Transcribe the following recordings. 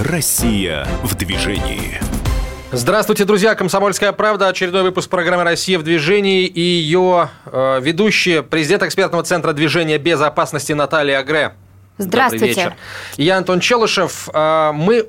Россия в движении. Здравствуйте, друзья! «Комсомольская правда». Очередной выпуск программы «Россия в движении». И ее ведущие, президент экспертного центра движения безопасности Наталья Агре. Здравствуйте. Добрый вечер. И я, Антон Челышев. Мы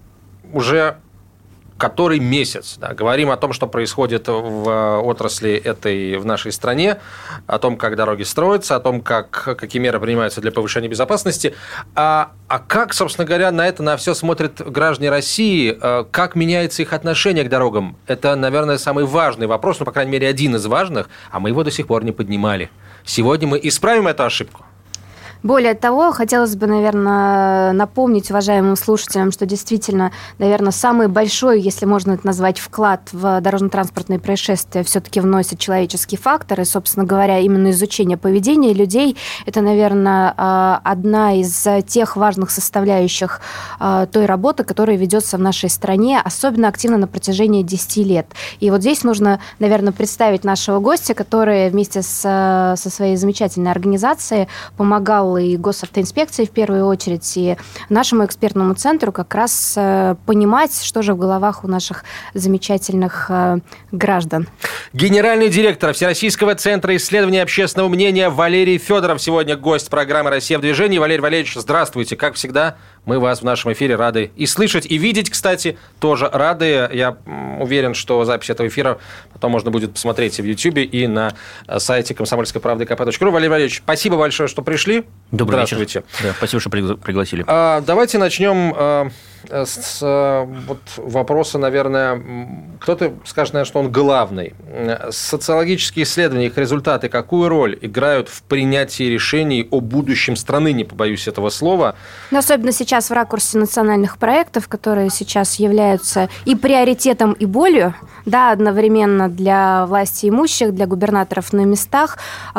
уже который месяц говорим о том, что происходит в отрасли этой в нашей стране, о том, как дороги строятся, о том, какие меры принимаются для повышения безопасности. А как, собственно говоря, на все смотрят граждане России? Как меняется их отношение к дорогам? Это, наверное, самый важный вопрос, по крайней мере, один из важных, а мы его до сих пор не поднимали. Сегодня мы исправим эту ошибку. Более того, хотелось бы, наверное, напомнить уважаемым слушателям, что действительно, наверное, самый большой, если можно это назвать, вклад в дорожно-транспортные происшествия все-таки вносит человеческий фактор. И, собственно говоря, именно изучение поведения людей – это, наверное, одна из тех важных составляющих той работы, которая ведется в нашей стране, особенно активно на протяжении 10 лет. И вот здесь нужно, наверное, представить нашего гостя, который вместе со своей замечательной организацией помогал и госавтоинспекции в первую очередь, и нашему экспертному центру как раз понимать, что же в головах у наших замечательных граждан. Генеральный директор Всероссийского центра исследования общественного мнения Валерий Федоров сегодня гость программы «Россия в движении». Валерий Валерьевич, здравствуйте. Как всегда, мы вас в нашем эфире рады и слышать, и видеть, кстати, тоже рады. Я уверен, что запись этого эфира потом можно будет посмотреть и в Ютьюбе, и на сайте комсомольской правды kp.ru. Валерий Валерьевич, спасибо большое, что пришли. Добрый вечер. Да, спасибо, что пригласили. Давайте начнем с вопроса, наверное, кто-то скажет, наверное, что он главный. Социологические исследования, их результаты, какую роль играют в принятии решений о будущем страны, не побоюсь этого слова? Но особенно сейчас в ракурсе национальных проектов, которые сейчас являются и приоритетом, и болью, да, одновременно для власти имущих, для губернаторов на местах.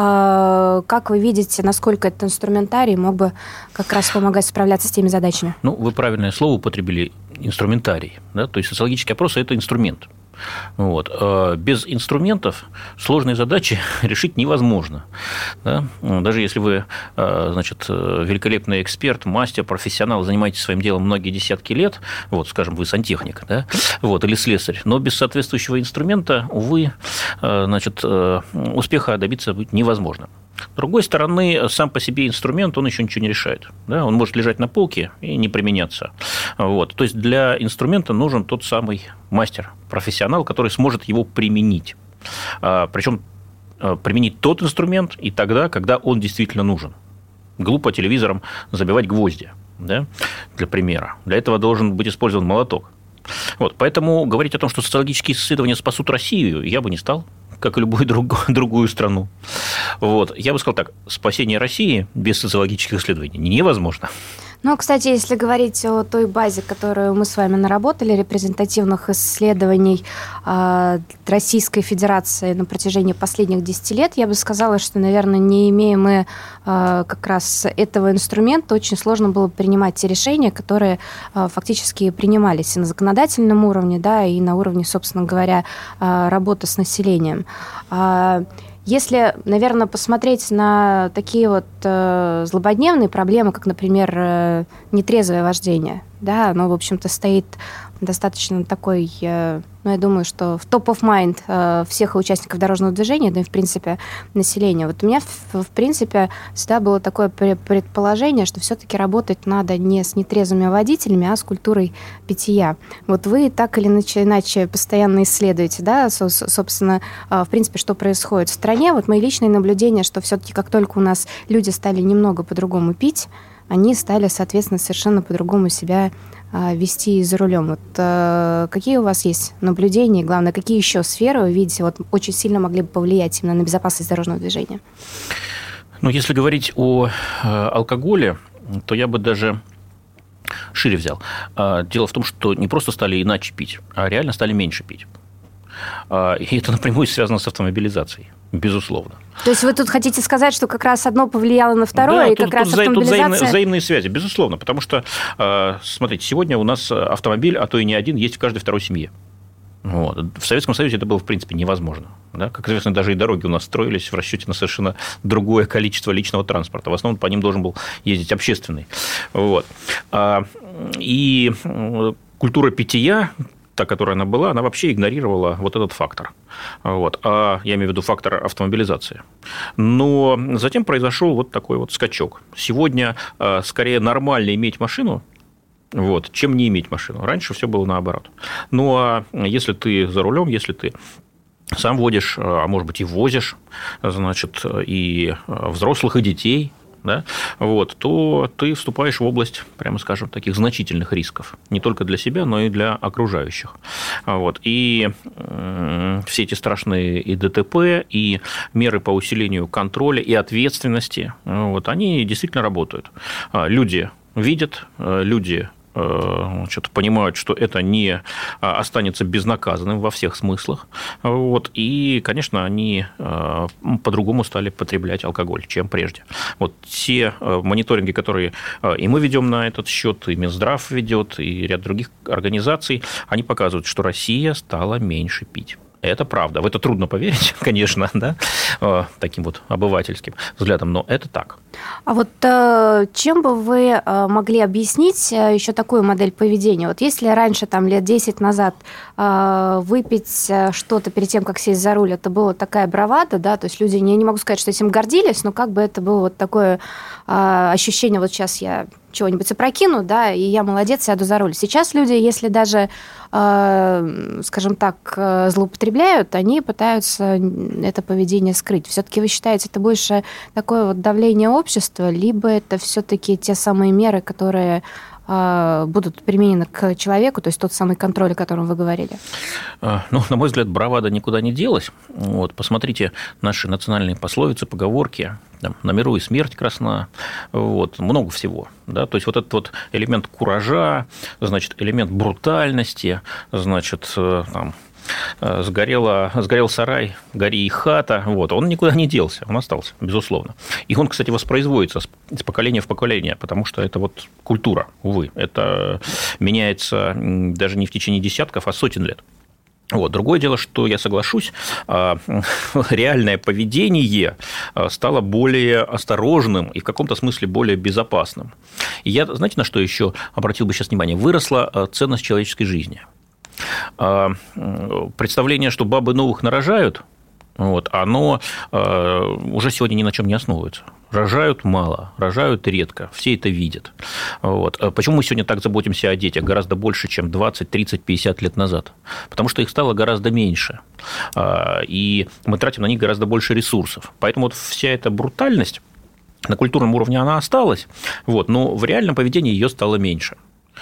Как вы видите, насколько этот инструментарий мог бы как раз помогать справляться с теми задачами? Ну, вы правильное слово употребили, инструментарий. Да? То есть социологический опрос – это инструмент. Вот. Без инструментов сложные задачи решить невозможно. Да? Даже если вы, великолепный эксперт, мастер, профессионал, занимаетесь своим делом многие десятки лет, вот, скажем, вы сантехник, да? Вот, или слесарь, но без соответствующего инструмента, увы, успеха добиться будет невозможно. С другой стороны, сам по себе инструмент, он еще ничего не решает. Да? Он может лежать на полке и не применяться. Вот. То есть для инструмента нужен тот самый мастер, профессионал, который сможет его применить. Причем применить тот инструмент и тогда, когда он действительно нужен. Глупо телевизором забивать гвозди, да? Для примера. Для этого должен быть использован молоток. Вот. Поэтому говорить о том, что социологические исследования спасут Россию, я бы не стал, как и любую другую страну. Вот. Я бы сказал так, спасение России без социологических исследований невозможно. Ну, кстати, если говорить о той базе, которую мы с вами наработали, репрезентативных исследований Российской Федерации на протяжении последних 10 лет, я бы сказала, что, наверное, не имея мы как раз этого инструмента, очень сложно было принимать те решения, которые фактически принимались и на законодательном уровне, да, и на уровне, собственно говоря, работы с населением. Если, наверное, посмотреть на такие вот злободневные проблемы, как, например, нетрезвое вождение, да, оно, в общем-то, стоит достаточно такой, я думаю, что в top of mind всех участников дорожного движения, да и, в принципе, населения. Вот у меня, в принципе, всегда было такое предположение, что все-таки работать надо не с нетрезвыми водителями, а с культурой питья. Вот вы так или иначе постоянно исследуете, да, собственно, в принципе, что происходит в стране. Вот мои личные наблюдения, что все-таки как только у нас люди стали немного по-другому пить, они стали, соответственно, совершенно по-другому себя вести за рулем. Вот, какие у вас есть наблюдения, и, главное, какие еще сферы вы видите, вот, очень сильно могли бы повлиять именно на безопасность дорожного движения? Ну, если говорить о алкоголе, то я бы даже шире взял. Дело в том, что не просто стали иначе пить, а реально стали меньше пить. И это напрямую связано с автомобилизацией, безусловно. То есть вы тут хотите сказать, что как раз одно повлияло на второе, да, и как раз автомобилизация... Тут взаимные связи, безусловно, потому что, смотрите, сегодня у нас автомобиль, а то и не один, есть в каждой второй семье. Вот. В Советском Союзе это было, в принципе, невозможно. Да? Как известно, даже и дороги у нас строились в расчете на совершенно другое количество личного транспорта. В основном по ним должен был ездить общественный. Вот. И культура питья, та, которая она была, она вообще игнорировала вот этот фактор. Вот. Я имею в виду фактор автомобилизации. Но затем произошел вот такой вот скачок. Сегодня скорее нормально иметь машину, вот, чем не иметь машину. Раньше все было наоборот. Ну, а если ты за рулем, если ты сам водишь, а может быть, и возишь, значит, и взрослых, и детей, да, вот, то ты вступаешь в область, прямо скажем, таких значительных рисков. Не только для себя, но и для окружающих. Вот. И все эти страшные и ДТП, и меры по усилению контроля и ответственности, вот, они действительно работают. Люди видят, люди понимают, что это не останется безнаказанным во всех смыслах. Вот. И, конечно, они по-другому стали потреблять алкоголь, чем прежде. Вот те мониторинги, которые и мы ведем на этот счет, и Минздрав ведет, и ряд других организаций, они показывают, что Россия стала меньше пить. Это правда. В это трудно поверить, конечно, да, таким вот обывательским взглядом, но это так. А вот чем бы вы могли объяснить еще такую модель поведения? Вот если раньше, там, лет 10 назад выпить что-то перед тем, как сесть за руль, это была такая бравада, да, то есть люди, я не могу сказать, что этим гордились, но как бы это было вот такое ощущение, вот сейчас я чего-нибудь опрокину, да, и я молодец, сяду за руль. Сейчас люди, если даже, скажем так, злоупотребляют, они пытаются это поведение скрыть. Все-таки вы считаете, это больше такое вот давление общества, либо это все-таки те самые меры, которые будут применены к человеку, то есть тот самый контроль, о котором вы говорили? Ну, на мой взгляд, бравада никуда не делась. Вот, посмотрите наши национальные пословицы, поговорки. Там, на миру и смерть красна. Вот, много всего. Да? То есть вот этот вот элемент куража, значит, элемент брутальности, значит, там, сгорел сарай, гори и хата, вот, он никуда не делся, он остался, безусловно. И он, кстати, воспроизводится из поколения в поколение, потому что это вот культура, увы, это меняется даже не в течение десятков, а сотен лет. Вот. Другое дело, что я соглашусь, реальное поведение стало более осторожным и в каком-то смысле более безопасным. И я, знаете, на что еще обратил бы сейчас внимание? Выросла ценность человеческой жизни. Представление, что бабы новых нарожают, вот, оно уже сегодня ни на чем не основывается. Рожают мало, рожают редко, все это видят. Вот. Почему мы сегодня так заботимся о детях гораздо больше, чем 20, 30, 50 лет назад? Потому что их стало гораздо меньше, и мы тратим на них гораздо больше ресурсов. Поэтому вот вся эта брутальность на культурном уровне она осталась, вот, но в реальном поведении ее стало меньше.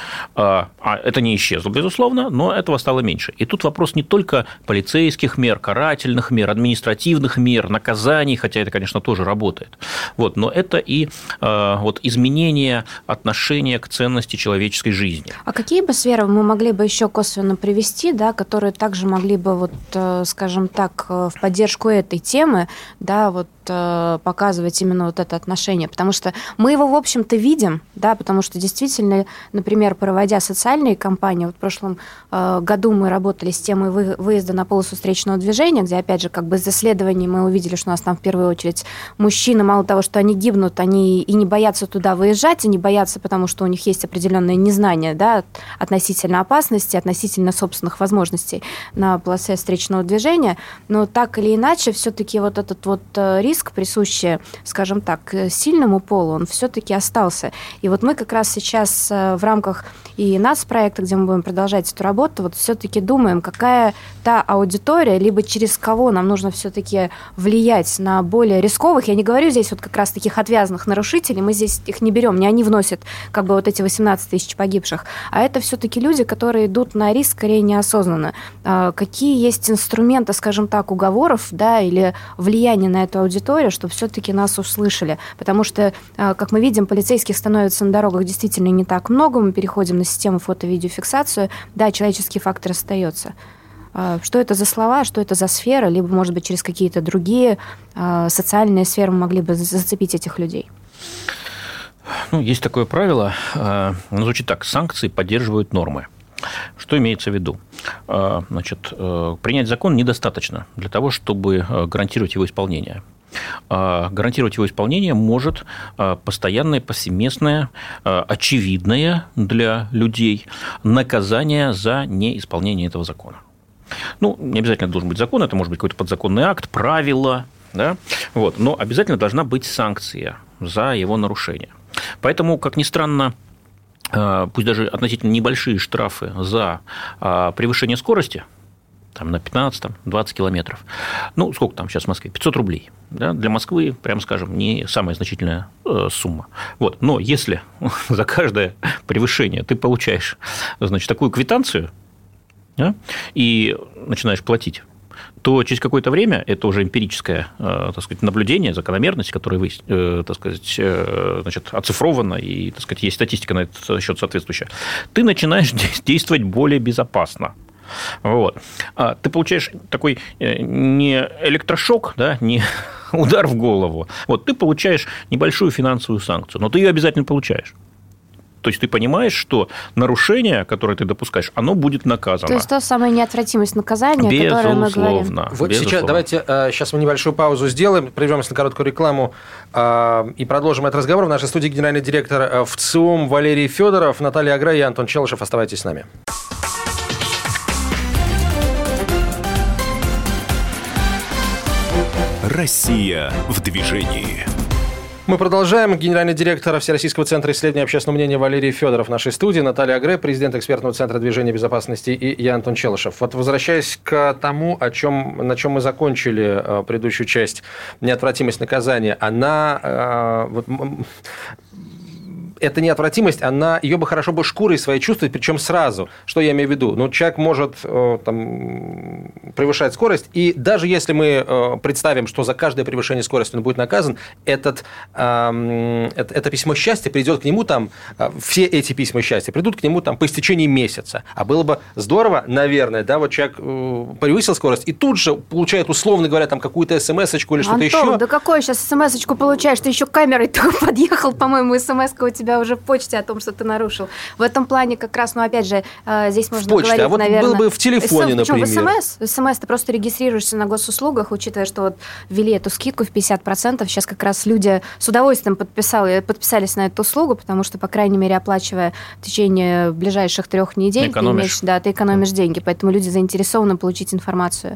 Это не исчезло, безусловно, но этого стало меньше. И тут вопрос не только полицейских мер, карательных мер, административных мер, наказаний, хотя это, конечно, тоже работает. Вот, но это и вот, изменение отношения к ценности человеческой жизни. А какие бы сферы мы могли бы еще косвенно привести, да, которые также могли бы, вот, скажем так, в поддержку этой темы, да, вот, показывать именно вот это отношение? Потому что мы его, в общем-то, видим, да, потому что действительно, например, проводя социальные кампании, вот в прошлом году мы работали с темой выезда на полосу встречного движения, где, опять же, как бы из исследований мы увидели, что у нас там в первую очередь мужчины, мало того, что они гибнут, они и не боятся туда выезжать, и не боятся, потому что у них есть определенное незнание, да, относительно опасности, относительно собственных возможностей на полосе встречного движения, но так или иначе, все-таки вот этот вот риск, присущий, скажем так, сильному полу, он все-таки остался. И вот мы как раз сейчас в рамках и нацпроекта, где мы будем продолжать эту работу, вот все-таки думаем, какая та аудитория, либо через кого нам нужно все-таки влиять на более рисковых. Я не говорю здесь вот как раз таких отвязанных нарушителей, мы здесь их не берем, не они вносят как бы вот эти 18 тысяч погибших, а это все-таки люди, которые идут на риск скорее неосознанно. Какие есть инструменты, скажем так, уговоров, да, или влияния на эту аудиторию, чтобы все-таки нас услышали? Потому что, как мы видим, полицейских становится на дорогах действительно не так много, мы переходим на систему фото-видеофиксацию, да, человеческий фактор остается. Что это за слова, что это за сфера, либо, может быть, через какие-то другие социальные сферы мы могли бы зацепить этих людей? Ну, есть такое правило, оно звучит так: санкции поддерживают нормы. Что имеется в виду? Значит, принять закон недостаточно для того, чтобы гарантировать его исполнение. Гарантировать его исполнение может постоянное, повсеместное, очевидное для людей наказание за неисполнение этого закона. Ну, не обязательно должен быть закон, это может быть какой-то подзаконный акт, правило, да? Вот, но обязательно должна быть санкция за его нарушение. Поэтому, как ни странно, пусть даже относительно небольшие штрафы за превышение скорости, там, на 15-20 километров. Ну, сколько там сейчас в Москве? 500 рублей. Да? Для Москвы, прямо скажем, не самая значительная сумма. Вот. Но если за каждое превышение ты получаешь, значит, такую квитанцию, да, и начинаешь платить, то через какое-то время, это уже эмпирическое, так сказать, наблюдение, закономерность, которая, так сказать, значит, оцифрована, и, так сказать, есть статистика на этот счет соответствующая, ты начинаешь действовать более безопасно. Вот. Ты получаешь такой не электрошок, да, не удар в голову. Вот, ты получаешь небольшую финансовую санкцию, но ты ее обязательно получаешь. То есть ты понимаешь, что нарушение, которое ты допускаешь, оно будет наказано. То есть та самая неотвратимость наказания, о которой мы говорим. Вот безусловно. Сейчас давайте сейчас мы небольшую паузу сделаем, прервемся на короткую рекламу и продолжим этот разговор. В нашей студии генеральный директор ВЦИОМ Валерий Федоров, Наталья Аграй и Антон Челышев. Оставайтесь с нами. Россия в движении. Мы продолжаем. Генеральный директор Всероссийского центра исследования общественного мнения Валерий Федоров в нашей студии, Наталья Аграй, президент экспертного центра движения безопасности, и я, Антон Челышев. Вот возвращаясь к тому, на чем мы закончили предыдущую часть, неотвратимость наказания, эта неотвратимость, ее бы хорошо бы шкурой своей чувствовать, причем сразу. Что я имею в виду? Ну, человек может превышать скорость, и даже если мы представим, что за каждое превышение скорости он будет наказан, это письмо счастья придет к нему все эти письма счастья придут к нему по истечении месяца. А было бы здорово, наверное, да, вот человек превысил скорость и тут же получает, условно говоря, какую-то смс-очку или что-то еще. Антон, да какой сейчас смс-очку получаешь? Ты еще камерой только подъехал, по-моему, смс-ка у тебя уже в почте о том, что ты нарушил. В этом плане как раз, опять же, здесь можно в почте, говорить, а вот наверное... был бы в телефоне, например. В СМС ты просто регистрируешься на госуслугах, учитывая, что вот ввели эту скидку в 50%. Сейчас как раз люди с удовольствием подписались на эту услугу, потому что, по крайней мере, оплачивая в течение ближайших 3 недель, ты экономишь деньги. Поэтому люди заинтересованы получить информацию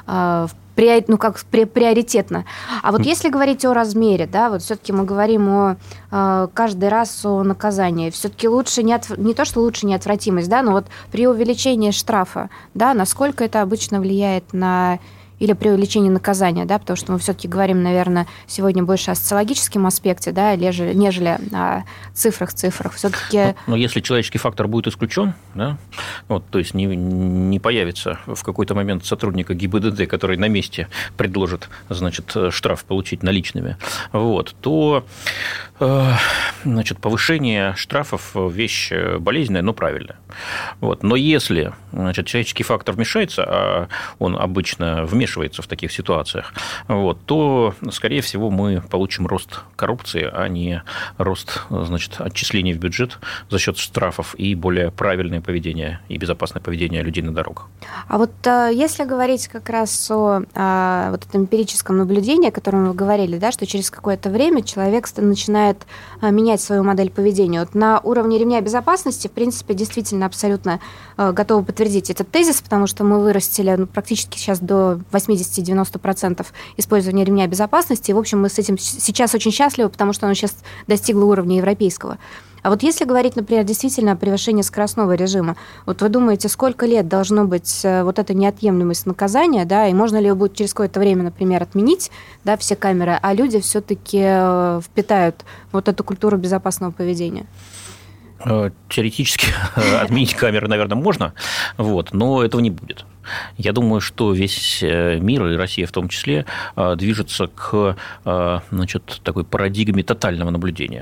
приоритетно. А вот если говорить о размере, да, вот все-таки мы говорим каждый раз о наказании. Все-таки лучше не то, что лучше неотвратимость, да, но вот при увеличении штрафа, да, насколько это обычно влияет или при увеличении наказания, да, потому что мы все-таки говорим, наверное, сегодня больше о социологическом аспекте, да, нежели о цифрах. Все-таки... Но если человеческий фактор будет исключен, да, вот, то есть не появится в какой-то момент сотрудника ГИБДД, который на месте предложит, значит, штраф получить наличными, вот, то, значит, повышение штрафов – вещь болезненная, но правильная. Вот. Но если, значит, человеческий фактор вмешается, а он обычно вмешивается в таких ситуациях, вот, то, скорее всего, мы получим рост коррупции, а не рост, значит, отчислений в бюджет за счет штрафов и более правильное поведение и безопасное поведение людей на дорогах. А вот если говорить как раз о вот этом эмпирическом наблюдении, о котором вы говорили, да, что через какое-то время человек начинает менять свою модель поведения. Вот на уровне ремня безопасности, в принципе, действительно абсолютно готовы подтвердить этот тезис, потому что мы вырастили практически сейчас до 80-90% использования ремня безопасности. И, в общем, мы с этим сейчас очень счастливы, потому что оно сейчас достигло уровня европейского. А вот если говорить, например, действительно о превышении скоростного режима, вот вы думаете, сколько лет должно быть вот эта неотъемлемость наказания, да, и можно ли ее будет через какое-то время, например, отменить, да, все камеры, а люди все-таки впитают вот эту культуру безопасного поведения? Теоретически отменить камеры, наверное, можно, вот, но этого не будет. Я думаю, что весь мир, и Россия в том числе, движется к, значит, такой парадигме тотального наблюдения.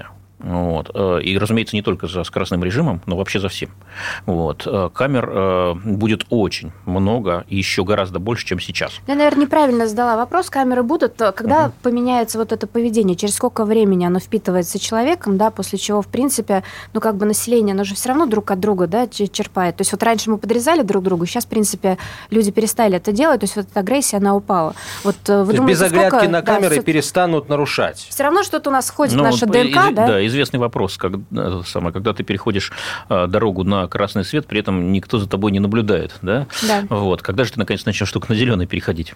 Вот. И, разумеется, не только за скоростным режимом, но вообще за всем. Вот. Камер будет очень много, и еще гораздо больше, чем сейчас. Я, наверное, неправильно задала вопрос. Камеры будут. Когда поменяется вот это поведение? Через сколько времени оно впитывается человеком, да, после чего, в принципе, население, оно же все равно друг от друга, да, черпает. То есть вот раньше мы подрезали друг другу, сейчас, в принципе, люди перестали это делать, то есть вот эта агрессия, она упала. Вот вы думаете, без оглядки на камеры да, перестанут нарушать? Все равно что-то у нас входит в наша ДНК, да? Да, известный вопрос, когда ты переходишь дорогу на красный свет, при этом никто за тобой не наблюдает, да? Да. Вот. Когда же ты, наконец, начнешь только на зеленый переходить?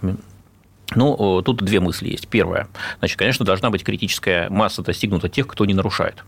Ну, тут две мысли есть. Первое. Значит, конечно, должна быть критическая масса достигнута тех, кто не нарушает.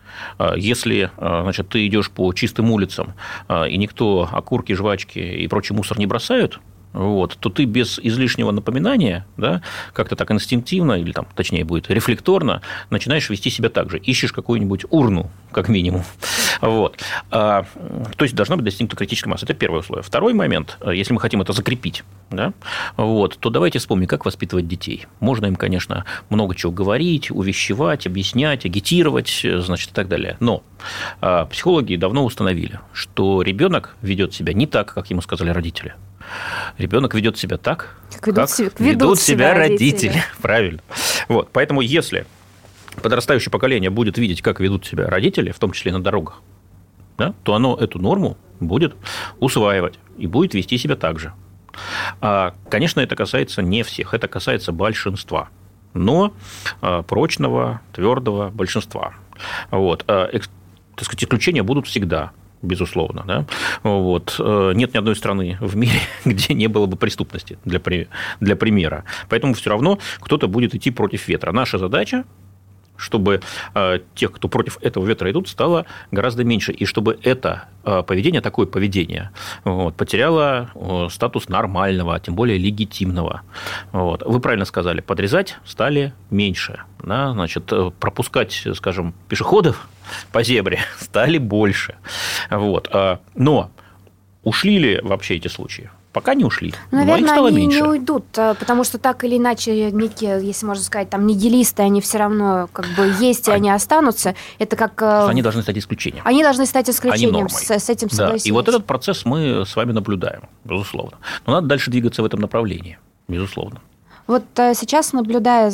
Если, значит, ты идешь по чистым улицам, и никто окурки, жвачки и прочий мусор не бросают, вот, то ты без излишнего напоминания, да, как-то так инстинктивно, или там, точнее будет, рефлекторно начинаешь вести себя так же. Ищешь какую-нибудь урну, как минимум. Вот. То есть должна быть достигнута критическая масса. Это первое условие. Второй момент, если мы хотим это закрепить, да, вот, то давайте вспомним, как воспитывать детей. Можно им, конечно, много чего говорить, увещевать, объяснять, агитировать, значит, и так далее. Но психологи давно установили, что ребенок ведет себя не так, как ему сказали родители. Ребенок ведет себя так, как ведут себя родители. Правильно. Вот. Поэтому, если подрастающее поколение будет видеть, как ведут себя родители, в том числе на дорогах, да, то оно эту норму будет усваивать и будет вести себя так же. Конечно, это касается не всех, это касается большинства, но прочного, твердого большинства. Вот. Так сказать, исключения будут всегда. Безусловно. Да? Вот. Нет ни одной страны в мире, где не было бы преступности, для примера. Поэтому все равно кто-то будет идти против ветра. Наша задача, чтобы тех, кто против этого ветра идут, стало гораздо меньше. И чтобы это поведение, такое поведение, вот, потеряло статус нормального, а тем более легитимного. Вот. Вы правильно сказали, подрезать стали меньше. Да? Значит, пропускать, скажем, пешеходов по зебре стали больше. Вот. Но ушли ли вообще эти случаи? Пока не ушли. Наверное, они меньше. Не уйдут, потому что так или иначе некие, если можно сказать, там нигилисты, они все равно как бы есть, и они останутся. Это как... Они должны стать исключением. Они должны стать исключением, с этим согласились. Да. И вот этот процесс мы с вами наблюдаем, безусловно. Но надо дальше двигаться в этом направлении, безусловно. Вот сейчас, наблюдая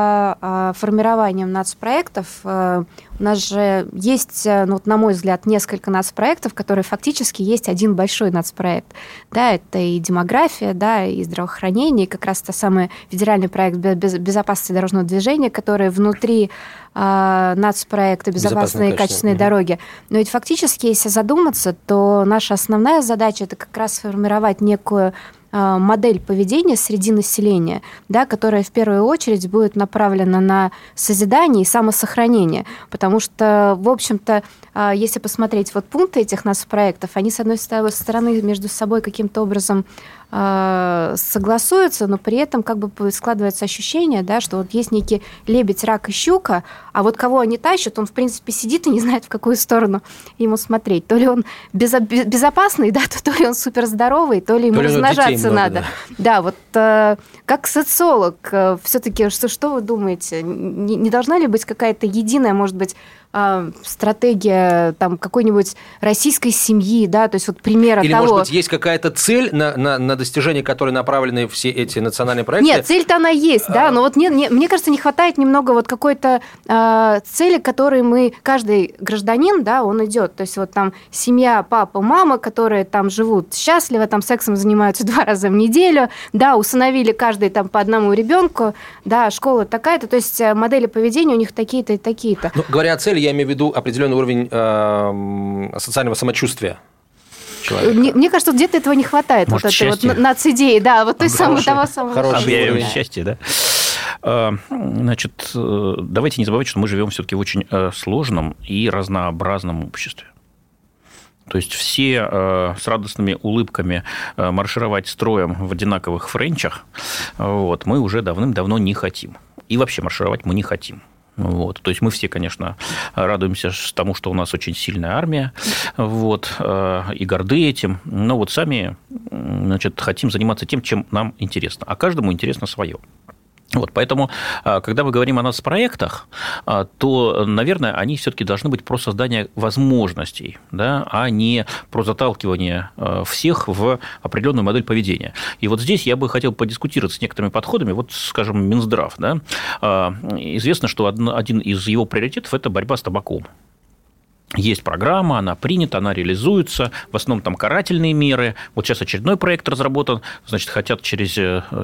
за формированием нацпроектов, у нас же есть, ну, на мой взгляд, несколько нацпроектов, которые фактически есть один большой нацпроект. Да, это и демография, да, и здравоохранение, и как раз тот самый федеральный проект безопасности дорожного движения, который внутри нацпроекта «Безопасные и качественные дороги». Но ведь фактически, если задуматься, то наша основная задача – это как раз сформировать некую модель поведения среди населения, да, которая в первую очередь будет направлена на созидание и самосохранение. Потому что, в общем-то, если посмотреть вот пункты этих нацпроектов, они, с одной стороны, между собой каким-то образом согласуются, но при этом как бы складывается ощущение, да, что вот есть некий лебедь, рак и щука, а вот кого они тащат, он, в принципе, сидит и не знает, в какую сторону ему смотреть. То ли он безопасный, да, то ли он суперздоровый, то ли ему размножаться надо. Да, вот как социолог, все-таки что вы думаете? Не должна ли быть какая-то единая, может быть, стратегия там, какой-нибудь российской семьи, да, то есть вот примера или, того... Или, может быть, есть какая-то цель, на достижение которой направлены все эти национальные проекты? Нет, цель-то она есть, да, но вот мне кажется, не хватает немного вот какой-то цели, к которой каждый гражданин, да, он идет, то есть вот там семья, папа, мама, которые там живут счастливо, там сексом занимаются 2 раза в неделю, да, усыновили каждый там по одному ребенку, да, школа такая-то, то есть модели поведения у них такие-то и такие-то. Ну, говоря о цели, я имею в виду определенный уровень социального самочувствия человека. Мне кажется, где-то этого не хватает. Может, вот этой вот нацидеи, да, вот той самой, того самого. Хорошее счастье, да. Значит, давайте не забывать, что мы живем все-таки в очень сложном и разнообразном обществе. То есть все с радостными улыбками маршировать строем в одинаковых френчах вот, мы уже давным-давно не хотим. И вообще маршировать мы не хотим. Вот. То есть мы все, конечно, радуемся тому, что у нас очень сильная армия, вот, и горды этим, но вот сами, значит, хотим заниматься тем, чем нам интересно, а каждому интересно свое. Вот, поэтому, когда мы говорим о нацпроектах, то, наверное, они все-таки должны быть про создание возможностей, да, а не про заталкивание всех в определенную модель поведения. И вот здесь я бы хотел подискутировать с некоторыми подходами. Вот, скажем, Минздрав. Да, известно, что один из его приоритетов – это борьба с табаком. Есть программа, она принята, она реализуется, в основном там карательные меры. Вот сейчас очередной проект разработан, значит, хотят через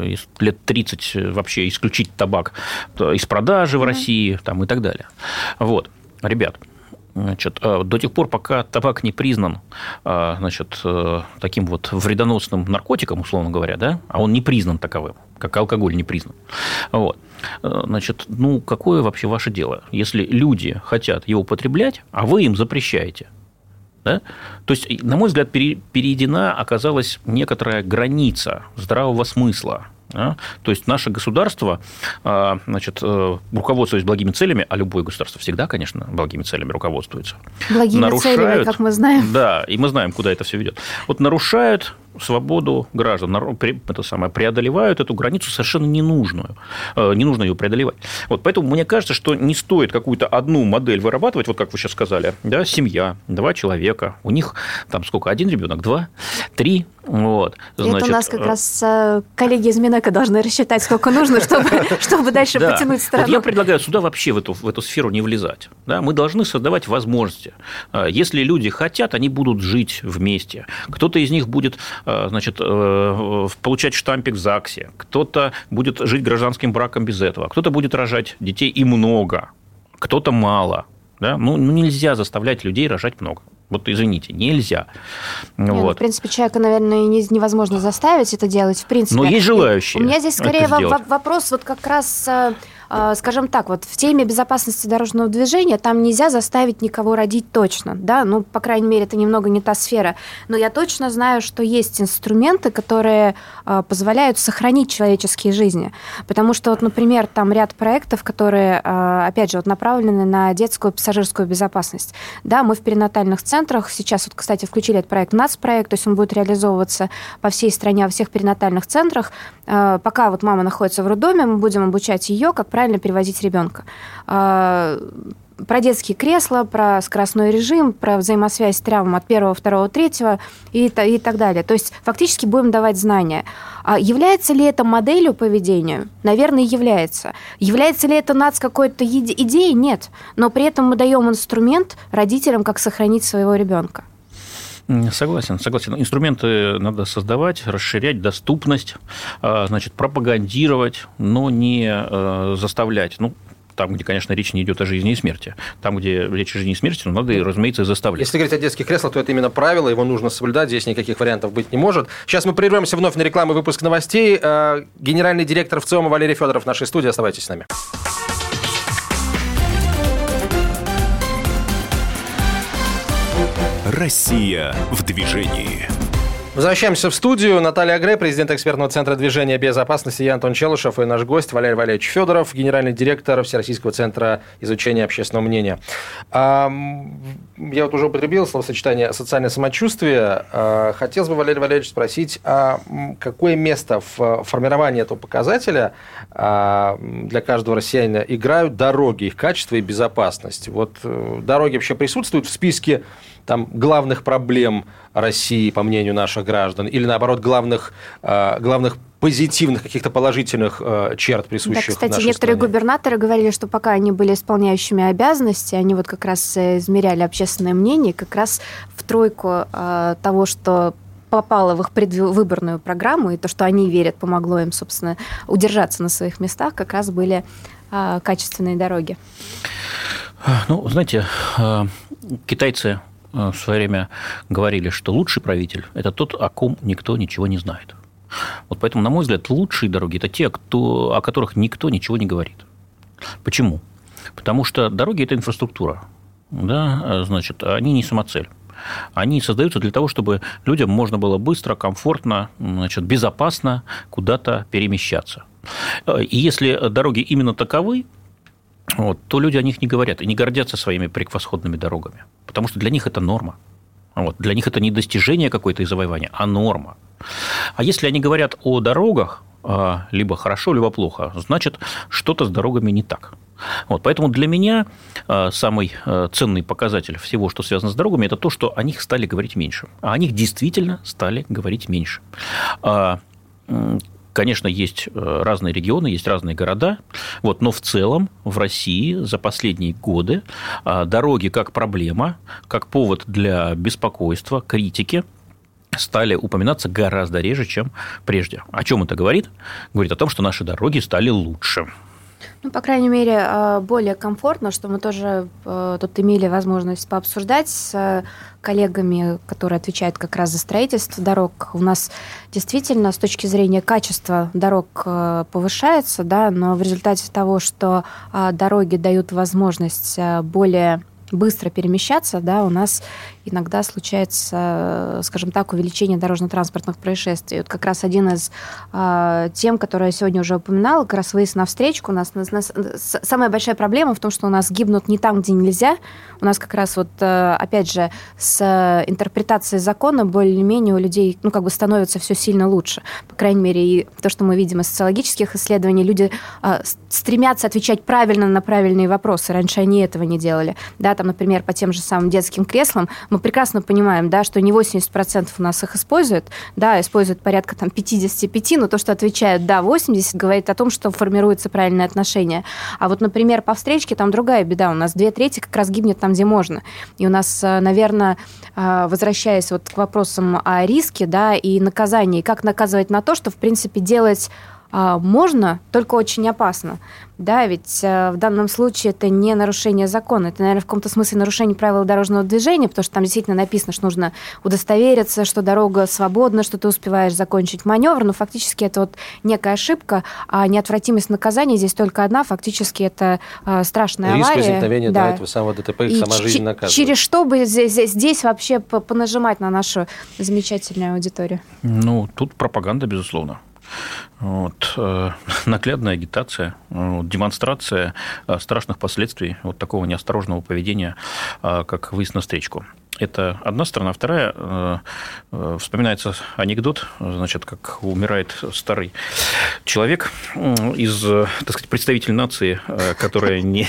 лет 30 вообще исключить табак из продажи в России там, и так далее. Вот, ребят, значит, до тех пор, пока табак не признан, значит, таким вот вредоносным наркотиком, условно говоря, да, а он не признан таковым, как алкоголь не признан. Вот. Значит, ну, какое вообще ваше дело, если люди хотят его употреблять, а вы им запрещаете? Да? То есть, на мой взгляд, перейдена оказалась некоторая граница здравого смысла. Да? То есть, наше государство, значит, руководствуясь благими целями, а любое государство всегда, конечно, благими целями руководствуется. Благими целями, как мы знаем. Да, и мы знаем, куда это все ведет. Вот нарушают свободу граждан, это самое, преодолевают эту границу совершенно ненужную. Не нужно ее преодолевать. Вот, поэтому мне кажется, что не стоит какую-то одну модель вырабатывать, вот как вы сейчас сказали, да, семья, 2 человека, у них там сколько, 1 ребенок, 2, 3, вот. Значит, это у нас как раз коллеги из Минэко должны рассчитать, сколько нужно, чтобы дальше потянуть страну. Вот я предлагаю сюда вообще в эту сферу не влезать. Да? Мы должны создавать возможности. Если люди хотят, они будут жить вместе. Кто-то из них будет, значит, получать штампик в ЗАГСе, кто-то будет жить гражданским браком без этого, кто-то будет рожать детей и много, кто-то мало. Да? Ну, нельзя заставлять людей рожать много. Вот, извините, нельзя. Нет, вот. В принципе, человека, наверное, невозможно заставить это делать, в принципе. Но есть желающие. У меня здесь скорее вопрос вот как раз... Скажем так, вот в теме безопасности дорожного движения там нельзя заставить никого родить точно, да, ну, по крайней мере, это немного не та сфера, но я точно знаю, что есть инструменты, которые позволяют сохранить человеческие жизни, потому что, вот, например, там ряд проектов, которые, опять же, вот направлены на детскую пассажирскую безопасность, да, мы в перинатальных центрах, сейчас, вот, кстати, включили этот проект, нацпроект, то есть он будет реализовываться по всей стране, во всех перинатальных центрах, пока вот мама находится в роддоме, мы будем обучать ее, как правильно перевозить ребенка. Про детские кресла, про скоростной режим, про взаимосвязь с травмом от 1, 2, 3 и так далее. То есть фактически будем давать знания. Является ли это моделью поведения? Наверное, является. Является ли это какой-то идеей? Нет. Но при этом мы даем инструмент родителям, как сохранить своего ребенка. Согласен. Инструменты надо создавать, расширять доступность, значит, пропагандировать, но не заставлять. Ну, там, где, конечно, речь не идет о жизни и смерти. Там, где речь о жизни и смерти, ну, надо, разумеется, заставлять. Если говорить о детских креслах, то это именно правило, его нужно соблюдать, здесь никаких вариантов быть не может. Сейчас мы прервемся вновь на рекламу и выпуск новостей. Генеральный директор ВЦИОМа Валерий Федоров в нашей студии. Оставайтесь с нами. Россия в движении. Возвращаемся в студию. Наталья Агре, президент экспертного центра движения безопасности, я Антон Челышев и наш гость Валерий Валерьевич Федоров, генеральный директор Всероссийского центра изучения общественного мнения. Я вот уже употребил словосочетание «социальное самочувствие». Хотелось бы, Валерий Валерьевич, спросить, какое место в формировании этого показателя для каждого россиянина играют дороги, их качество и безопасность? Вот дороги вообще присутствуют в списке там, главных проблем России, по мнению наших граждан, или, наоборот, главных позитивных, каких-то положительных черт, присущих нашей стране? Да, кстати, некоторые губернаторы говорили, что пока они были исполняющими обязанности, они вот как раз измеряли общественное мнение, как раз в тройку того, что попало в их предвыборную программу, и то, что они верят, помогло им, собственно, удержаться на своих местах, как раз были качественные дороги. Ну, знаете, китайцы в свое время говорили, что лучший правитель – это тот, о ком никто ничего не знает. Вот поэтому, на мой взгляд, лучшие дороги – это те, о которых никто ничего не говорит. Почему? Потому что дороги – это инфраструктура. Да? Значит, они не самоцель. Они создаются для того, чтобы людям можно было быстро, комфортно, значит, безопасно куда-то перемещаться. И если дороги именно таковы, вот, то люди о них не говорят и не гордятся своими превосходными дорогами, потому что для них это норма. Вот. Для них это не достижение какое-то и завоевание, а норма. А если они говорят о дорогах, либо хорошо, либо плохо, значит, что-то с дорогами не так. Вот, поэтому для меня самый ценный показатель всего, что связано с дорогами, это то, что о них стали говорить меньше. А о них действительно стали говорить меньше. Конечно, есть разные регионы, есть разные города, вот, но в целом в России за последние годы дороги как проблема, как повод для беспокойства, критики стали упоминаться гораздо реже, чем прежде. О чем это говорит? Говорит о том, что наши дороги стали лучше. Ну, по крайней мере, более комфортно, что мы тоже тут имели возможность пообсуждать с коллегами, которые отвечают как раз за строительство дорог. У нас действительно с точки зрения качества дорог повышается, да, но в результате того, что дороги дают возможность более быстро перемещаться, да, у нас иногда случается, скажем так, увеличение дорожно-транспортных происшествий. Вот как раз один из тем, которую я сегодня уже упоминала, как раз выезд на встречку. У нас самая большая проблема в том, что у нас гибнут не там, где нельзя. У нас как раз вот, опять же, с интерпретацией закона более-менее у людей, ну, как бы становится все сильно лучше. По крайней мере, и то, что мы видим из социологических исследований, люди стремятся отвечать правильно на правильные вопросы. Раньше они этого не делали. Да, там, например, по тем же самым детским креслам мы прекрасно понимаем, да, что не 80% у нас их используют, да, используют порядка там 55%, но то, что отвечают да, 80%, говорит о том, что формируется правильное отношение. А вот, например, по встречке там другая беда. У нас 2/3 как раз гибнет там, где можно. И у нас, наверное, возвращаясь вот к вопросам о риске, да, и наказании, как наказывать на то, что, в принципе, делать можно, только очень опасно. Да, ведь в данном случае это не нарушение закона, это, наверное, в каком-то смысле нарушение правил дорожного движения, потому что там действительно написано, что нужно удостовериться, что дорога свободна, что ты успеваешь закончить маневр, но фактически это вот некая ошибка, а неотвратимость наказания здесь только одна, фактически это страшная авария. Риск возникновения да, этого самого ДТП, их сама жизнь наказывает. Через что бы здесь вообще понажимать на нашу замечательную аудиторию? Ну, тут пропаганда, безусловно. Вот, наглядная агитация, демонстрация страшных последствий вот такого неосторожного поведения, как выезд на встречку. Это одна сторона. Вторая, вспоминается анекдот, значит, как умирает старый человек из, так сказать, представитель нации, которая не...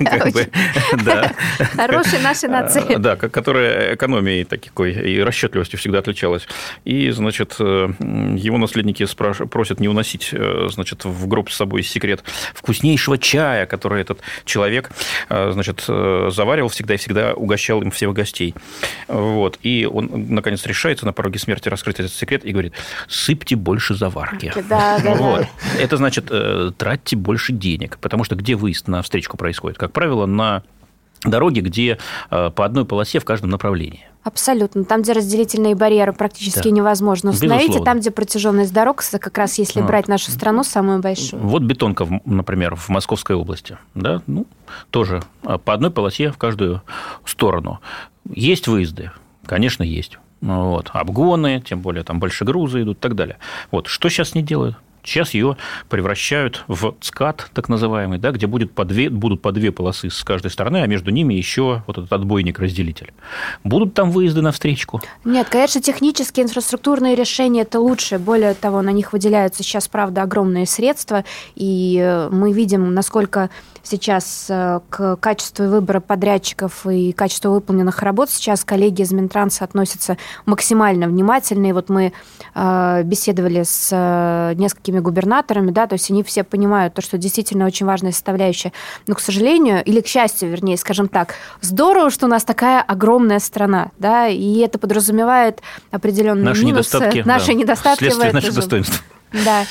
Хорошей нашей нации. Да, которая экономией такой и расчетливостью всегда отличалась. И, значит, его наследники просят не уносить, значит, в гроб с собой секрет вкуснейшего чая, который этот человек, значит, заваривал всегда и всегда угощал им всех гостей. Вот. И он, наконец, решается на пороге смерти раскрыть этот секрет и говорит: сыпьте больше заварки. Да. Это значит, тратьте больше денег, потому что где выезд на встречку происходит? Как правило, на дороге, где по одной полосе в каждом направлении. Абсолютно. Там, где разделительные барьеры практически невозможно установить, безусловно. И там, где протяженность дорог, как раз если брать нашу страну, самую большую. Вот бетонка, например, в Московской области, да, ну, тоже по одной полосе в каждую сторону. Есть выезды? Конечно, есть. Вот. Обгоны, тем более там большие грузы идут и так далее. Вот. Что сейчас не делают? Сейчас ее превращают в ЦКАД, так называемый, да, где будут по две полосы с каждой стороны, а между ними еще вот этот отбойник-разделитель. Будут там выезды на встречку? Нет, конечно, технические, инфраструктурные решения – это лучше. Более того, на них выделяются сейчас, правда, огромные средства, и мы видим, насколько сейчас к качеству выбора подрядчиков и качеству выполненных работ сейчас коллеги из Минтранса относятся максимально внимательно. И вот мы беседовали с несколькими губернаторами, да, то есть они все понимают то, что действительно очень важная составляющая. Но, к сожалению, или к счастью, вернее, скажем так, здорово, что у нас такая огромная страна, да, и это подразумевает определенные наши минусы, недостатки, наши недостатки. Следствие наших достоинств. Да.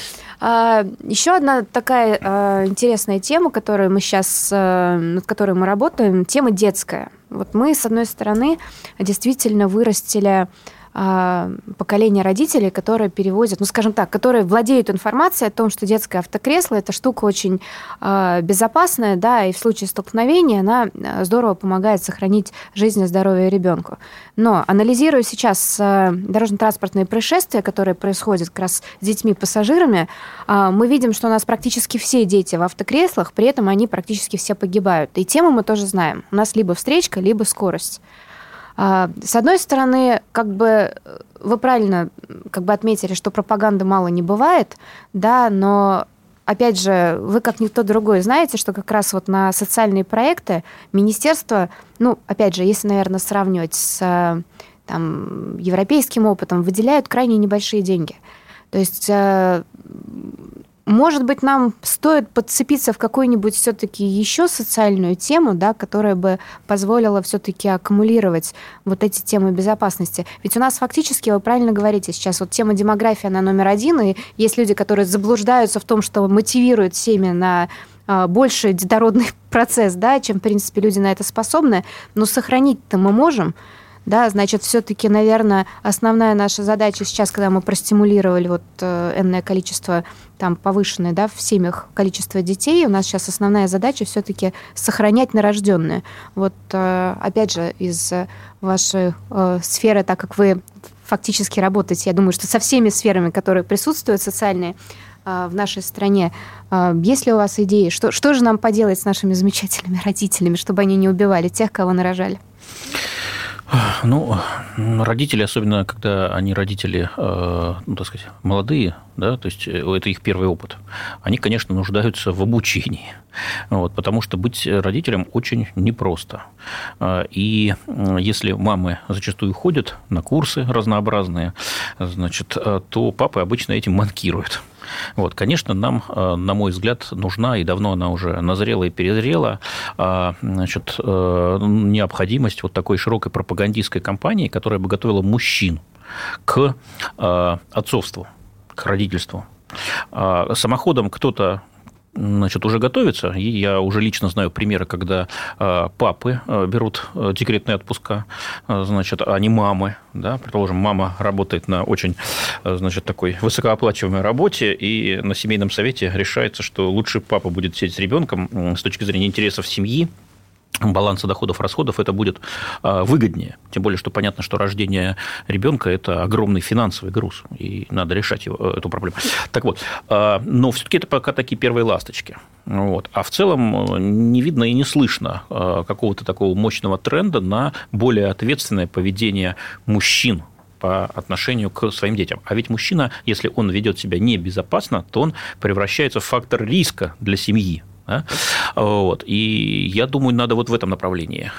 Еще одна такая интересная тема, которую мы сейчас, над которой мы работаем, тема детская. Вот мы, с одной стороны, действительно вырастили поколение родителей, которые перевозят, ну, скажем так, которые владеют информацией о том, что детское автокресло – это штука очень безопасная, да, и в случае столкновения она здорово помогает сохранить жизнь и здоровье ребенку. Но анализируя сейчас дорожно-транспортные происшествия, которые происходят как раз с детьми-пассажирами, мы видим, что у нас практически все дети в автокреслах, при этом они практически все погибают. И тему мы тоже знаем. У нас либо встречка, либо скорость. С одной стороны, вы правильно отметили, что пропаганды мало не бывает, да, но опять же, вы как никто другой знаете, что как раз вот на социальные проекты министерство, опять же, если, наверное, сравнивать с европейским опытом, выделяют крайне небольшие деньги. То есть, может быть, нам стоит подцепиться в какую-нибудь все-таки еще социальную тему, да, которая бы позволила все-таки аккумулировать вот эти темы безопасности. Ведь у нас фактически, вы правильно говорите, сейчас вот тема демографии, она номер один, и есть люди, которые заблуждаются в том, что мотивируют семьи на больший детородный процесс, да, чем, в принципе, люди на это способны, но сохранить-то мы можем. Да, значит, все-таки, наверное, основная наша задача сейчас, когда мы простимулировали энное количество, повышенное, да, в семьях количество детей, у нас сейчас основная задача все-таки сохранять нерожденные. Опять же, из вашей сферы, так как вы фактически работаете, я думаю, что со всеми сферами, которые присутствуют, социальные, в нашей стране, есть ли у вас идеи, что же нам поделать с нашими замечательными родителями, чтобы они не убивали тех, кого нарожали? Родители, особенно когда они родители, молодые, да, то есть это их первый опыт, они, конечно, нуждаются в обучении, потому что быть родителем очень непросто. И если мамы зачастую ходят на курсы разнообразные, то папы обычно этим манкируют. Конечно, нам, на мой взгляд, нужна, и давно она уже назрела и перезрела, необходимость такой широкой пропагандистской кампании, которая бы готовила мужчин к отцовству, к родительству. Самоходом кто-то уже готовится. И я уже лично знаю примеры, когда папы берут декретные отпуска, а не мамы. Да? Предположим, мама работает на очень такой высокооплачиваемой работе, и на семейном совете решается, что лучше папа будет сидеть с ребенком с точки зрения интересов семьи, баланса доходов-расходов, это будет выгоднее. Тем более, что понятно, что рождение ребенка – это огромный финансовый груз, и надо решать эту проблему. Но все-таки это пока такие первые ласточки. А в целом не видно и не слышно какого-то такого мощного тренда на более ответственное поведение мужчин по отношению к своим детям. А ведь мужчина, если он ведет себя небезопасно, то он превращается в фактор риска для семьи. Да? И я думаю, надо в этом направлении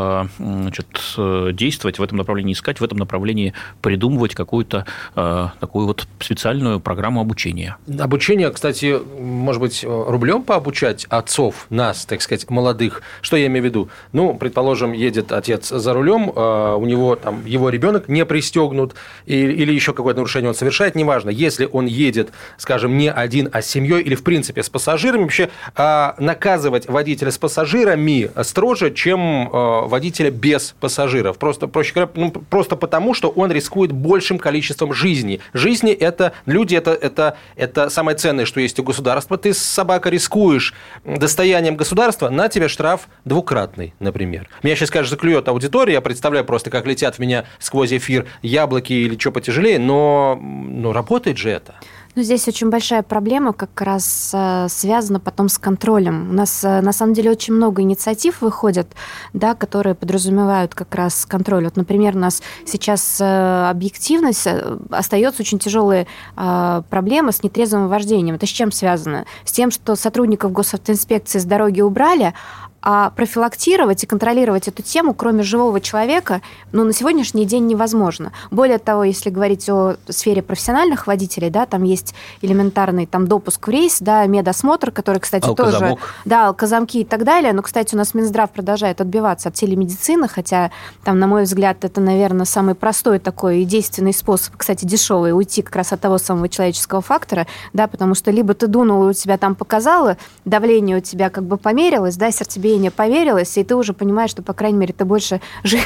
действовать, в этом направлении искать, в этом направлении придумывать какую-то такую специальную программу обучения. Обучение, кстати, может быть, рублем пообучать отцов, нас, так сказать, молодых. Что я имею в виду? Предположим, едет отец за рулем, у него его ребенок не пристегнут, или еще какое-то нарушение он совершает, неважно. Если он едет, скажем, не один, а с семьей или, в принципе, с пассажирами, вообще наказывать водителя с пассажирами строже, чем водителя без пассажиров. Просто, проще говоря, просто потому, что он рискует большим количеством жизней. Жизни – это люди, это самое ценное, что есть у государства. Ты, собака, рискуешь достоянием государства, на тебя штраф двукратный, например. Меня сейчас, конечно, заклюет аудитория, я представляю просто, как летят в меня сквозь эфир яблоки или что потяжелее, но работает же это. Здесь очень большая проблема как раз связана потом с контролем. У нас, на самом деле, очень много инициатив выходят, да, которые подразумевают как раз контроль. Например, у нас сейчас объективность остается очень тяжелая проблема с нетрезвым вождением. Это с чем связано? С тем, что сотрудников госавтоинспекции с дороги убрали, а профилактировать и контролировать эту тему, кроме живого человека, на сегодняшний день невозможно. Более того, если говорить о сфере профессиональных водителей, да, там есть элементарный допуск в рейс, да, медосмотр, который, кстати, тоже... Да, алкозамки и так далее. Но, кстати, у нас Минздрав продолжает отбиваться от телемедицины, хотя, на мой взгляд, это, наверное, самый простой такой и действенный способ, кстати, дешевый, уйти как раз от того самого человеческого фактора, да, потому что либо ты дунул, у тебя там показало, давление у тебя померилось, да, сердцебиение поверилось, и ты уже понимаешь, что, по крайней мере, ты больше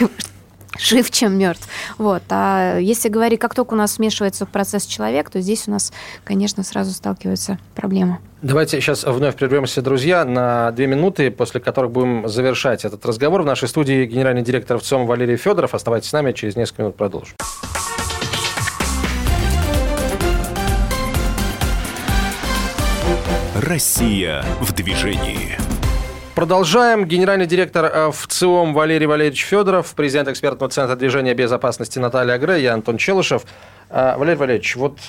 жив, чем мертв. А если говорить, как только у нас смешивается в процесс человек, то здесь у нас, конечно, сразу сталкиваются проблемы. Давайте сейчас вновь прервемся, друзья, на 2 минуты, после которых будем завершать этот разговор. В нашей студии генеральный директор ВЦИОМ Валерий Федоров. Оставайтесь с нами, через несколько минут продолжим. Россия в движении. Продолжаем. Генеральный директор ВЦИОМ Валерий Валерьевич Федоров, президент экспертного центра движения безопасности Наталья Агре, я Антон Челышев. Валерий Валерьевич, вот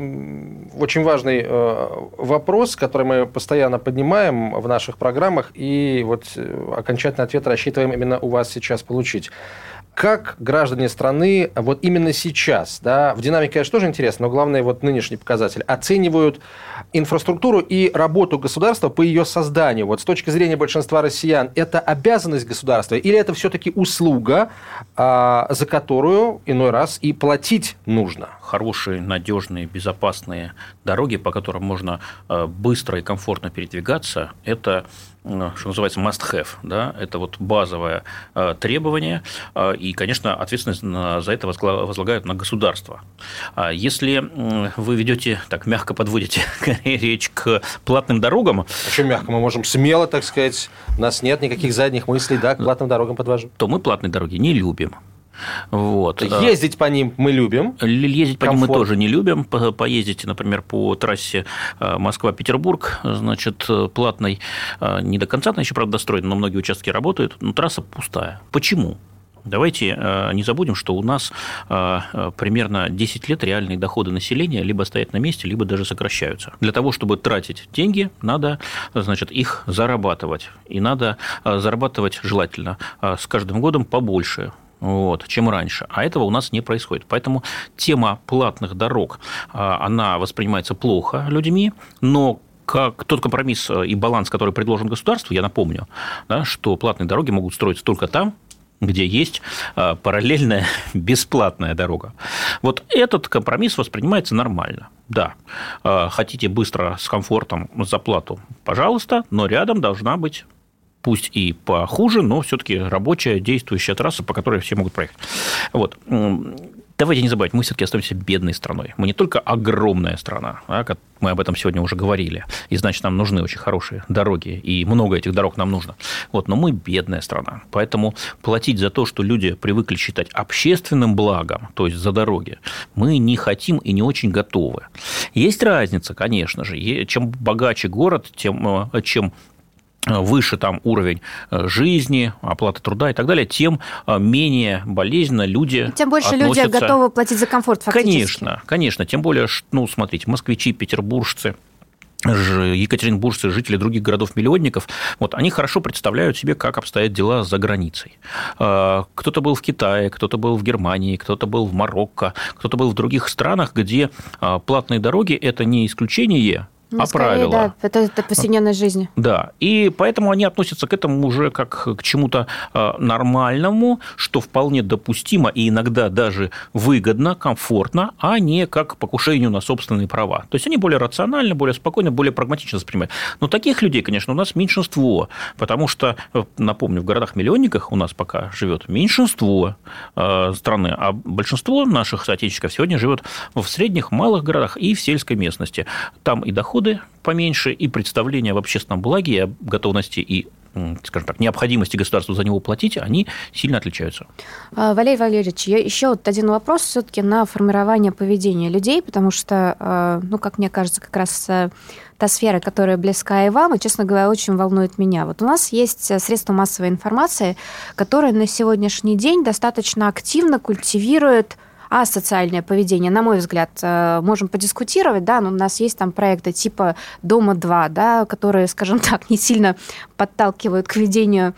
очень важный вопрос, который мы постоянно поднимаем в наших программах, и вот окончательный ответ рассчитываем именно у вас сейчас получить. Как граждане страны вот именно сейчас, да, в динамике, конечно, тоже интересно, но главное, вот нынешний показатель, оценивают инфраструктуру и работу государства по ее созданию? Вот с точки зрения большинства россиян, это обязанность государства или это все-таки услуга, за которую иной раз и платить нужно? Хорошие, надежные, безопасные дороги, по которым можно быстро и комфортно передвигаться, это, что называется, must-have. Да? Это вот базовое требование, и, конечно, ответственность за это возлагают на государство. Если вы ведете, так мягко подводите речь к платным дорогам... Очень мягко, мы можем смело, так сказать, у нас нет никаких задних мыслей, да, к платным дорогам подвожу. То мы платные дороги не любим. Вот. Ездить по ним мы любим. Ездить по ним мы тоже не любим. Поездите, например, по трассе Москва-Петербург, значит, платной, не до конца, она еще, правда, достроена, но многие участки работают, но трасса пустая. Почему? Давайте не забудем, что у нас примерно 10 лет реальные доходы населения либо стоят на месте, либо даже сокращаются. Для того, чтобы тратить деньги, надо, значит, их зарабатывать. И надо зарабатывать желательно с каждым годом побольше, вот, чем раньше. А этого у нас не происходит. Поэтому тема платных дорог, она воспринимается плохо людьми, но как тот компромисс и баланс, который предложен государству, я напомню, да, что платные дороги могут строиться только там, где есть параллельная бесплатная дорога. Вот этот компромисс воспринимается нормально. Да, хотите быстро, с комфортом, за плату, пожалуйста, но рядом должна быть, пусть и похуже, но все-таки рабочая, действующая трасса, по которой все могут проехать. Вот. Давайте не забывать, мы все-таки остаемся бедной страной. Мы не только огромная страна, мы об этом сегодня уже говорили, и значит, нам нужны очень хорошие дороги, и много этих дорог нам нужно. Вот, но мы бедная страна, поэтому платить за то, что люди привыкли считать общественным благом, то есть за дороги, мы не хотим и не очень готовы. Есть разница, конечно же, чем богаче город, чем выше там уровень жизни, оплаты труда и так далее, тем менее болезненно люди тем больше относятся... люди готовы платить за комфорт фактически. Конечно. Тем более, смотрите, москвичи, петербуржцы, екатеринбуржцы, жители других городов-миллионников, вот, они хорошо представляют себе, как обстоят дела за границей. Кто-то был в Китае, кто-то был в Германии, кто-то был в Марокко, кто-то был в других странах, где платные дороги – это не исключение, скорее, правила. Да, это повседневной жизни. Да, и поэтому они относятся к этому уже как к чему-то нормальному, что вполне допустимо и иногда даже выгодно, комфортно, а не как к покушению на собственные права. То есть они более рационально, более спокойно, более прагматично воспринимают. Но таких людей, конечно, у нас меньшинство, потому что, напомню, в городах-миллионниках у нас пока живет меньшинство страны, а большинство наших соотечественников сегодня живет в средних, малых городах и в сельской местности. Там и доходы поменьше, и представления в общественном благе, и о готовности и, скажем так, необходимости государства за него платить, они сильно отличаются. Валерий Валерьевич, еще вот один вопрос все-таки на формирование поведения людей, потому что, как мне кажется, как раз та сфера, которая близка и вам, и, честно говоря, очень волнует меня. Вот у нас есть средства массовой информации, которые на сегодняшний день достаточно активно культивируют асоциальное поведение, на мой взгляд, можем подискутировать, да, но у нас есть там проекты типа «Дома-2», да, которые, скажем так, не сильно подталкивают к ведению,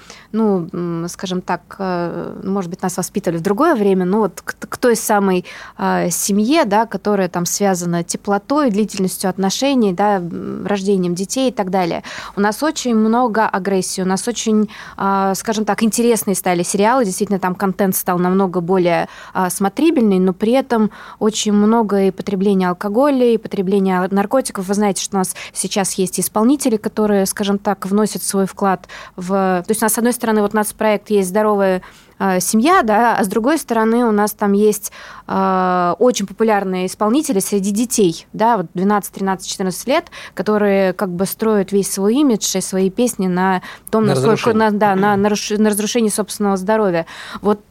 скажем так, может быть, нас воспитывали в другое время, но вот к той самой семье, да, которая там связана теплотой, длительностью отношений, да, рождением детей и так далее. У нас очень много агрессии, у нас очень, скажем так, интересные стали сериалы, действительно, там контент стал намного более смотрибельный, но при этом очень много и потребления алкоголя, и потребления наркотиков. Вы знаете, что у нас сейчас есть исполнители, которые, скажем так, вносят свой вклад в... То есть у нас, с одной стороны, вот у нас проект есть «Здоровая семья», да, а с другой стороны у нас там есть очень популярные исполнители среди детей, да, вот 12, 13, 14 лет, которые как бы строят весь свой имидж и свои песни на том, насколько на разрушении собственного здоровья. Вот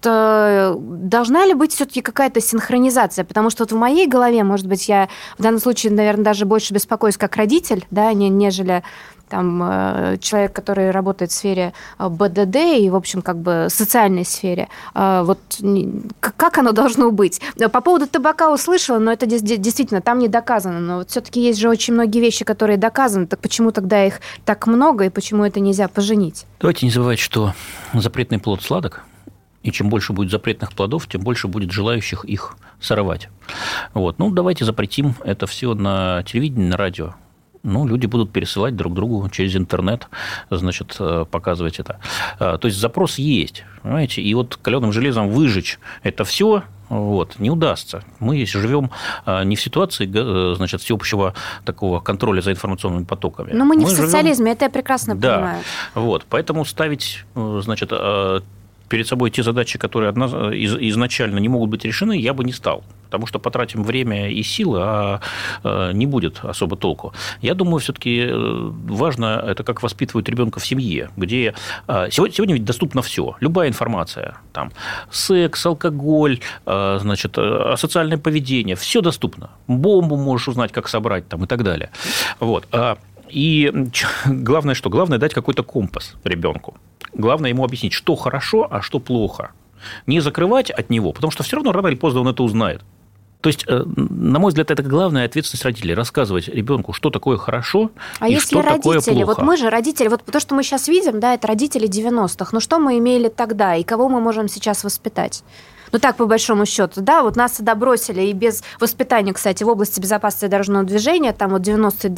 должна ли быть все-таки какая-то синхронизация? Потому что вот в моей голове, может быть, я в данном случае, наверное, даже больше беспокоюсь как родитель, да, нежели там, человек, который работает в сфере БДД и, в общем, как бы социальной сфере. Вот как оно должно быть? По поводу табака услышала, но это действительно там не доказано. Но вот все-таки есть же очень многие вещи, которые доказаны. Так почему тогда их так много и почему это нельзя поженить? Давайте не забывать, что запретный плод сладок. И чем больше будет запретных плодов, тем больше будет желающих их сорвать. Вот. Ну, давайте запретим это все на телевидении, на радио. Ну, люди будут пересылать друг другу через интернет, значит, показывать это. То есть запрос есть, понимаете? И вот каленым железом выжечь это все вот, не удастся. Мы живем не в ситуации, значит, всеобщего такого контроля за информационными потоками. Но мы не в социализме, это я прекрасно понимаю. Вот, поэтому ставить, значит, перед собой те задачи, которые изначально не могут быть решены, я бы не стал. Потому что потратим время и силы, а не будет особо толку. Я думаю, все-таки важно, это как воспитывают ребенка в семье, где сегодня ведь доступно все, любая информация, там, секс, алкоголь, значит, социальное поведение, все доступно. Бомбу можешь узнать, как собрать там, и так далее. Вот. И главное что? Главное дать какой-то компас ребенку. Главное ему объяснить, что хорошо, а что плохо. Не закрывать от него, потому что все равно рано или поздно он это узнает. То есть, на мой взгляд, это главная ответственность родителей – рассказывать ребенку, что такое хорошо и что такое плохо. Вот мы же родители, вот то, что мы сейчас видим, да, это родители 90-х. Но что мы имели тогда и кого мы можем сейчас воспитать? Ну, так, по большому счету, да, вот нас сюда бросили, и без воспитания, кстати, в области безопасности дорожного движения, там вот 90-е,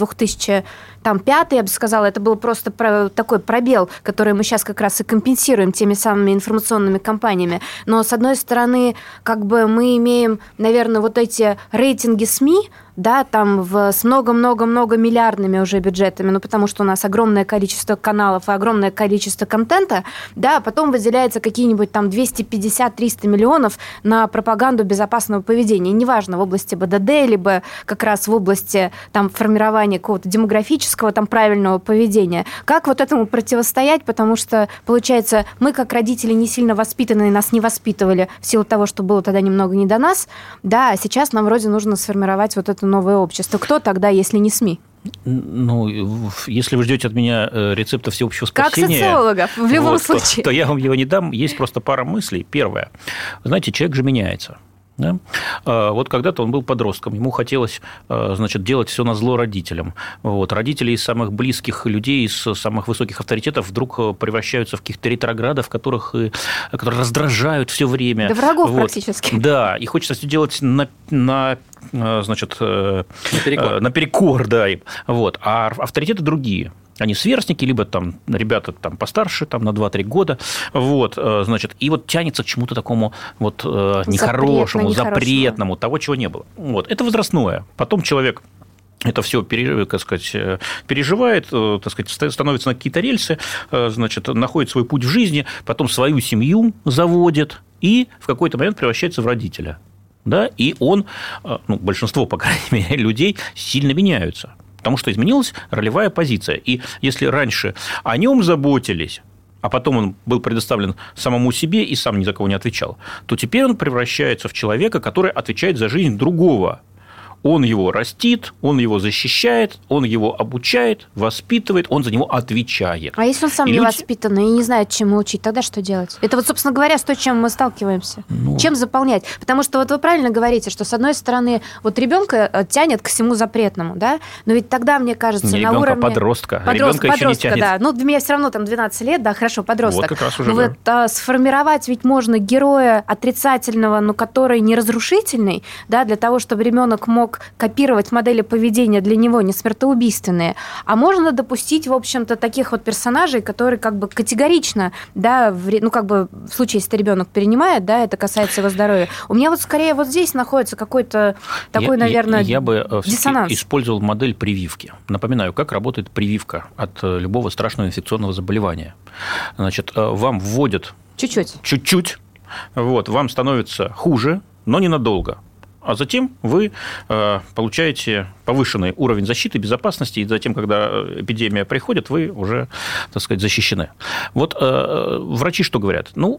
2005, я бы сказала, это был просто такой пробел, который мы сейчас как раз и компенсируем теми самыми информационными кампаниями. Но, с одной стороны, как бы мы имеем, наверное, вот эти рейтинги СМИ, да, там с много-много-много миллиардными уже бюджетами, ну, потому что у нас огромное количество каналов и огромное количество контента, да, а потом выделяется какие-нибудь там 250-300 миллионов на пропаганду безопасного поведения, неважно, в области БДД, либо как раз в области там формирования какого-то демографического там правильного поведения. Как вот этому противостоять, потому что, получается, мы, как родители, не сильно воспитанные, нас не воспитывали в силу того, что было тогда немного не до нас, да, а сейчас нам вроде нужно сформировать вот это новое общество. Кто тогда, если не СМИ? Ну, если вы ждете от меня рецепта всеобщего спасения... Как социологов, в любом случае. То я вам его не дам. Есть просто пара мыслей. Первое. Знаете, человек же меняется. Да? Вот когда-то он был подростком, ему хотелось, значит, делать все назло родителям. Вот. Родители из самых близких людей, из самых высоких авторитетов вдруг превращаются в каких-то ретроградов, которые раздражают все время. Да врагов вот. Практически. Да, и хочется все делать наперекор, да. Вот. А авторитеты другие. Они сверстники, либо там ребята там постарше, там на 2-3 года, вот, значит, и вот тянется к чему-то такому вот нехорошему, запретному, того, чего не было. Вот, это возрастное. Потом человек это все, как сказать, переживает, так сказать, становится на какие-то рельсы, значит, находит свой путь в жизни, потом свою семью заводит и в какой-то момент превращается в родителя. Да? И он, ну, большинство, по крайней мере, людей сильно меняются. Потому что изменилась ролевая позиция. И если раньше о нем заботились, а потом он был предоставлен самому себе и сам ни за кого не отвечал, то теперь он превращается в человека, который отвечает за жизнь другого. Он его растит, он его защищает, он его обучает, воспитывает, он за него отвечает. А если он сам не воспитанный и не знает, чему учить, тогда что делать? Это вот, собственно говоря, с то, чем мы сталкиваемся. Чем заполнять? Потому что вот вы правильно говорите, что, с одной стороны, вот ребенка тянет к всему запретному, да? Но ведь тогда, мне кажется, не на уровне... подростка. Ребенка еще не тянет. Да. Ну, мне все равно там 12 лет, да, хорошо, подросток. Вот как раз уже, да. Вот, сформировать ведь можно героя отрицательного, но который не разрушительный, да, для того, чтобы ребенок мог копировать модели поведения для него не смертоубийственные, а можно допустить, в общем-то, таких вот персонажей, которые как бы категорично, да, ну, как бы в случае, если ребенок перенимает, да, это касается его здоровья. У меня вот скорее вот здесь находится какой-то такой, наверное, я бы диссонанс. Использовал модель прививки. Напоминаю, как работает прививка от любого страшного инфекционного заболевания. Значит, вам вводят... Чуть-чуть. Вот, вам становится хуже, но ненадолго. А затем вы получаете повышенный уровень защиты, безопасности, и затем, когда эпидемия приходит, вы уже, так сказать, защищены. Вот врачи что говорят? Ну,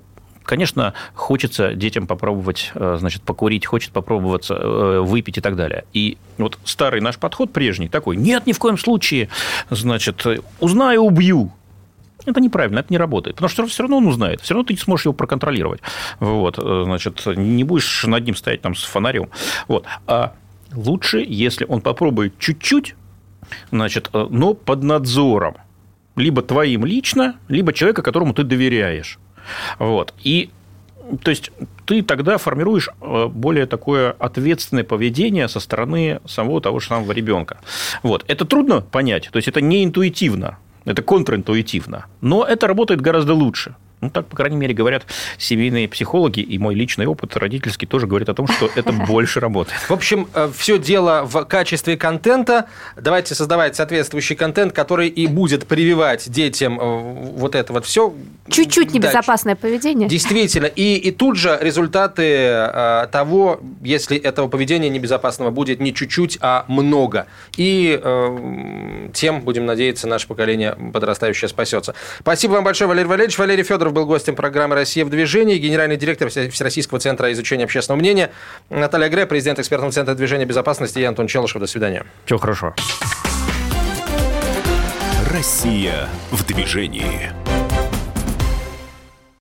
Конечно, хочется детям попробовать, значит, покурить, хочет попробовать выпить и так далее. И вот старый наш подход прежний такой: нет, ни в коем случае, значит, узнаю, убью. Это неправильно, это не работает. Потому что все равно он узнает, все равно ты не сможешь его проконтролировать. Вот, значит, не будешь над ним стоять там с фонарем. Вот. А лучше, если он попробует чуть-чуть, значит, но под надзором. Либо твоим лично, либо человека, которому ты доверяешь. Вот. И, то есть, ты тогда формируешь более такое ответственное поведение со стороны самого того же самого ребенка. Вот. Это трудно понять, то есть, это не интуитивно, это контринтуитивно, но это работает гораздо лучше. Ну, так, по крайней мере, говорят семейные психологи, и мой личный опыт родительский тоже говорит о том, что это больше работает. В общем, все дело в качестве контента. Давайте создавать соответствующий контент, который и будет прививать детям вот это вот все. Чуть-чуть небезопасное поведение. Действительно. И тут же результаты того, если этого поведения небезопасного будет не чуть-чуть, а много. И тем, будем надеяться, наше поколение подрастающее спасется. Спасибо вам большое, Валерий Валерьевич. Валерий Федоров был гостем программы «Россия в движении», генеральный директор Всероссийского центра изучения общественного мнения, Наталья Грэ, президент экспертного центра движения безопасности, и Антон Челышев. До свидания. Всего хорошего. «Россия в движении».